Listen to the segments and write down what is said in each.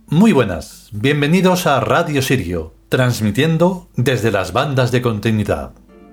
Muy buenas, bienvenidos a Radio Sirio, transmitiendo desde las bandas de continuidad.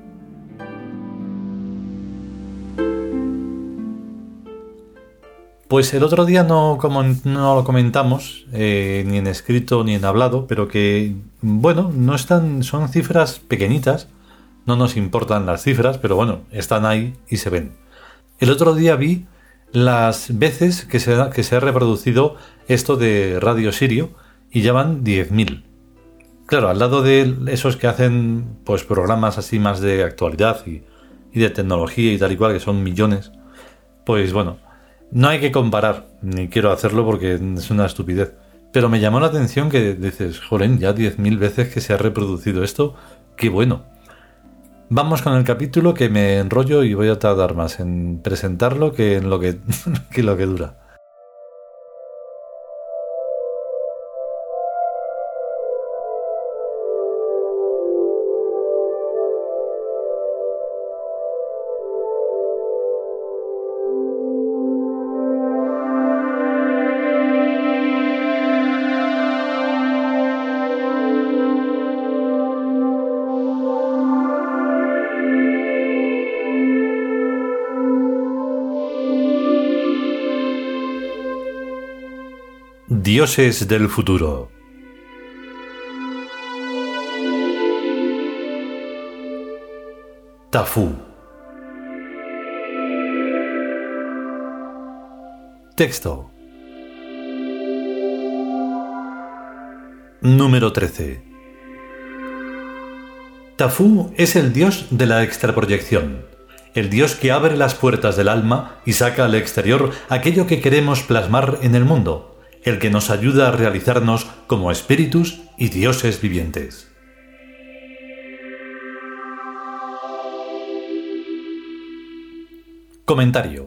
Pues el otro día no lo comentamos, ni en escrito ni en hablado, pero que, no están, son cifras pequeñitas, no nos importan las cifras, pero bueno, están ahí y se ven. El otro día vi las veces que se ha reproducido esto de Radio Sirio y ya van 10.000. Claro, al lado de esos que hacen pues programas así más de actualidad y de tecnología y tal y cual, que son millones, pues bueno, no hay que comparar, ni quiero hacerlo porque es una estupidez. Pero me llamó la atención que dices, jolín, ya 10.000 veces que se ha reproducido esto, qué bueno. Vamos con el capítulo, que me enrollo y voy a tardar más en presentarlo que en lo que dura. Dioses del futuro. Tafú. Texto. Número 13. Tafú es el dios de la extraproyección, el dios que abre las puertas del alma y saca al exterior aquello que queremos plasmar en el mundo, el que nos ayuda a realizarnos como espíritus y dioses vivientes. Comentario.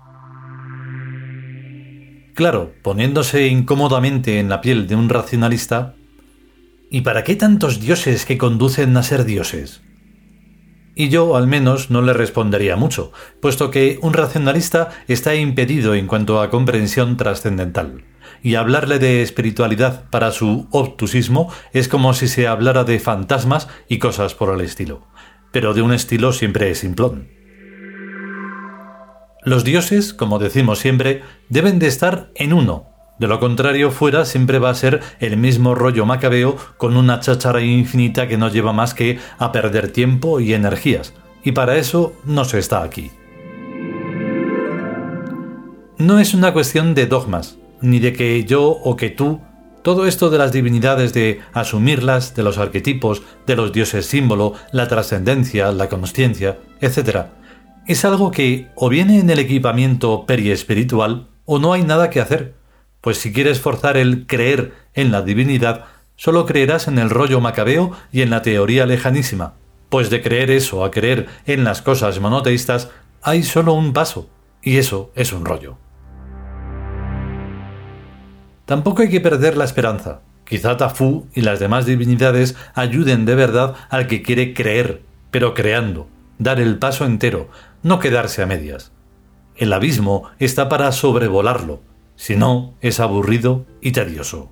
Claro, poniéndose incómodamente en la piel de un racionalista, ¿y para qué tantos dioses que conducen a ser dioses? Y yo, al menos, no le respondería mucho, puesto que un racionalista está impedido en cuanto a comprensión trascendental, y hablarle de espiritualidad para su obtusismo es como si se hablara de fantasmas y cosas por el estilo, pero de un estilo siempre simplón. Los dioses, como decimos siempre, deben de estar en uno. De lo contrario, fuera siempre va a ser el mismo rollo macabeo con una cháchara infinita que no lleva más que a perder tiempo y energías, y para eso no se está aquí. No es una cuestión de dogmas, ni de que yo o que tú, todo esto de las divinidades, de asumirlas, de los arquetipos, de los dioses símbolo, la trascendencia, la consciencia, etc. Es algo que o viene en el equipamiento periespiritual o no hay nada que hacer. Pues si quieres forzar el creer en la divinidad, solo creerás en el rollo macabeo y en la teoría lejanísima. Pues de creer eso a creer en las cosas monoteístas hay solo un paso, y eso es un rollo. Tampoco hay que perder la esperanza. Quizá Tafú y las demás divinidades ayuden de verdad al que quiere creer, pero creando, dar el paso entero, no quedarse a medias. El abismo está para sobrevolarlo. Si no, es aburrido y tedioso.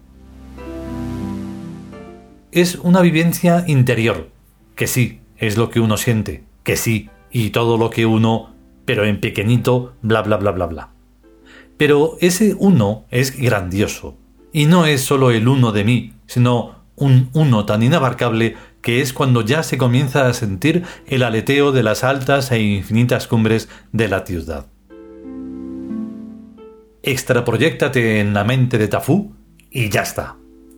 Es una vivencia interior, que sí, es lo que uno siente, que sí, y todo lo que uno, pero en pequeñito, bla bla bla bla bla. Pero ese uno es grandioso, y no es solo el uno de mí, sino un uno tan inabarcable que es cuando ya se comienza a sentir el aleteo de las altas e infinitas cumbres de la ciudad. Extraproyéctate en la mente de Tafú y ya está.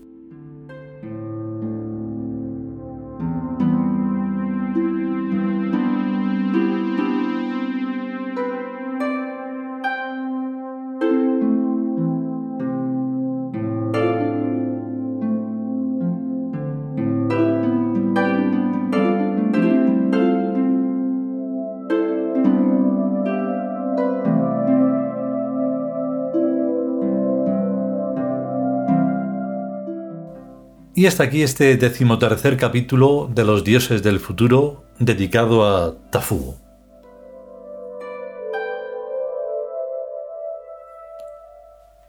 Y hasta aquí este 13º capítulo de los dioses del futuro dedicado a Tafú.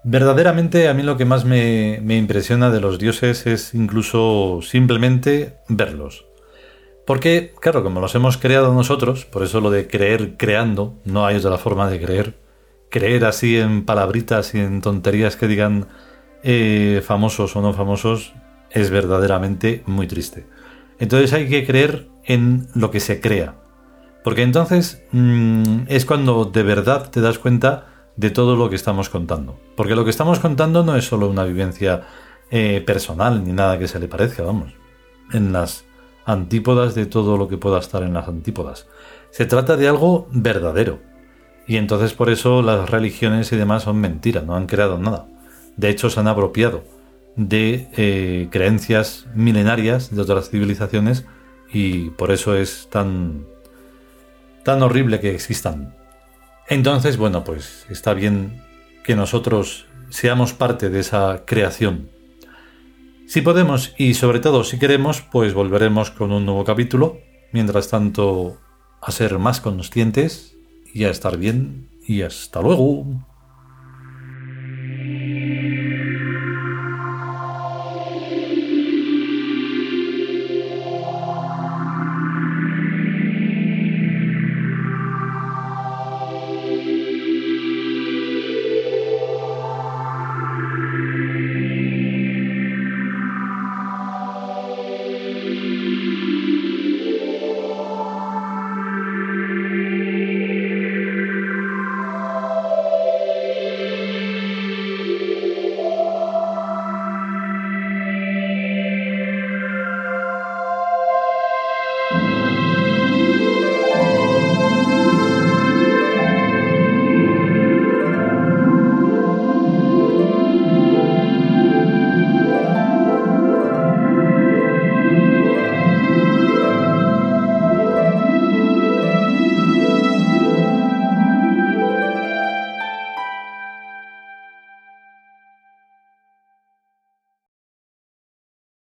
Verdaderamente a mí lo que más me impresiona de los dioses es incluso simplemente verlos. Porque, claro, como los hemos creado nosotros, por eso lo de creer creando, no hay otra forma de creer. Creer así en palabritas y en tonterías que digan famosos o no famosos es verdaderamente muy triste. Entonces hay que creer en lo que se crea. Porque entonces es cuando de verdad te das cuenta de todo lo que estamos contando. Porque lo que estamos contando no es solo una vivencia personal ni nada que se le parezca, vamos. En las antípodas de todo lo que pueda estar en las antípodas. Se trata de algo verdadero. Y entonces por eso las religiones y demás son mentiras, no han creado nada. De hecho se han apropiado de creencias milenarias de otras civilizaciones y por eso es tan horrible que existan. Entonces, bueno, pues está bien que nosotros seamos parte de esa creación. Si podemos y sobre todo si queremos, pues volveremos con un nuevo capítulo. Mientras tanto, a ser más conscientes y a estar bien y hasta luego.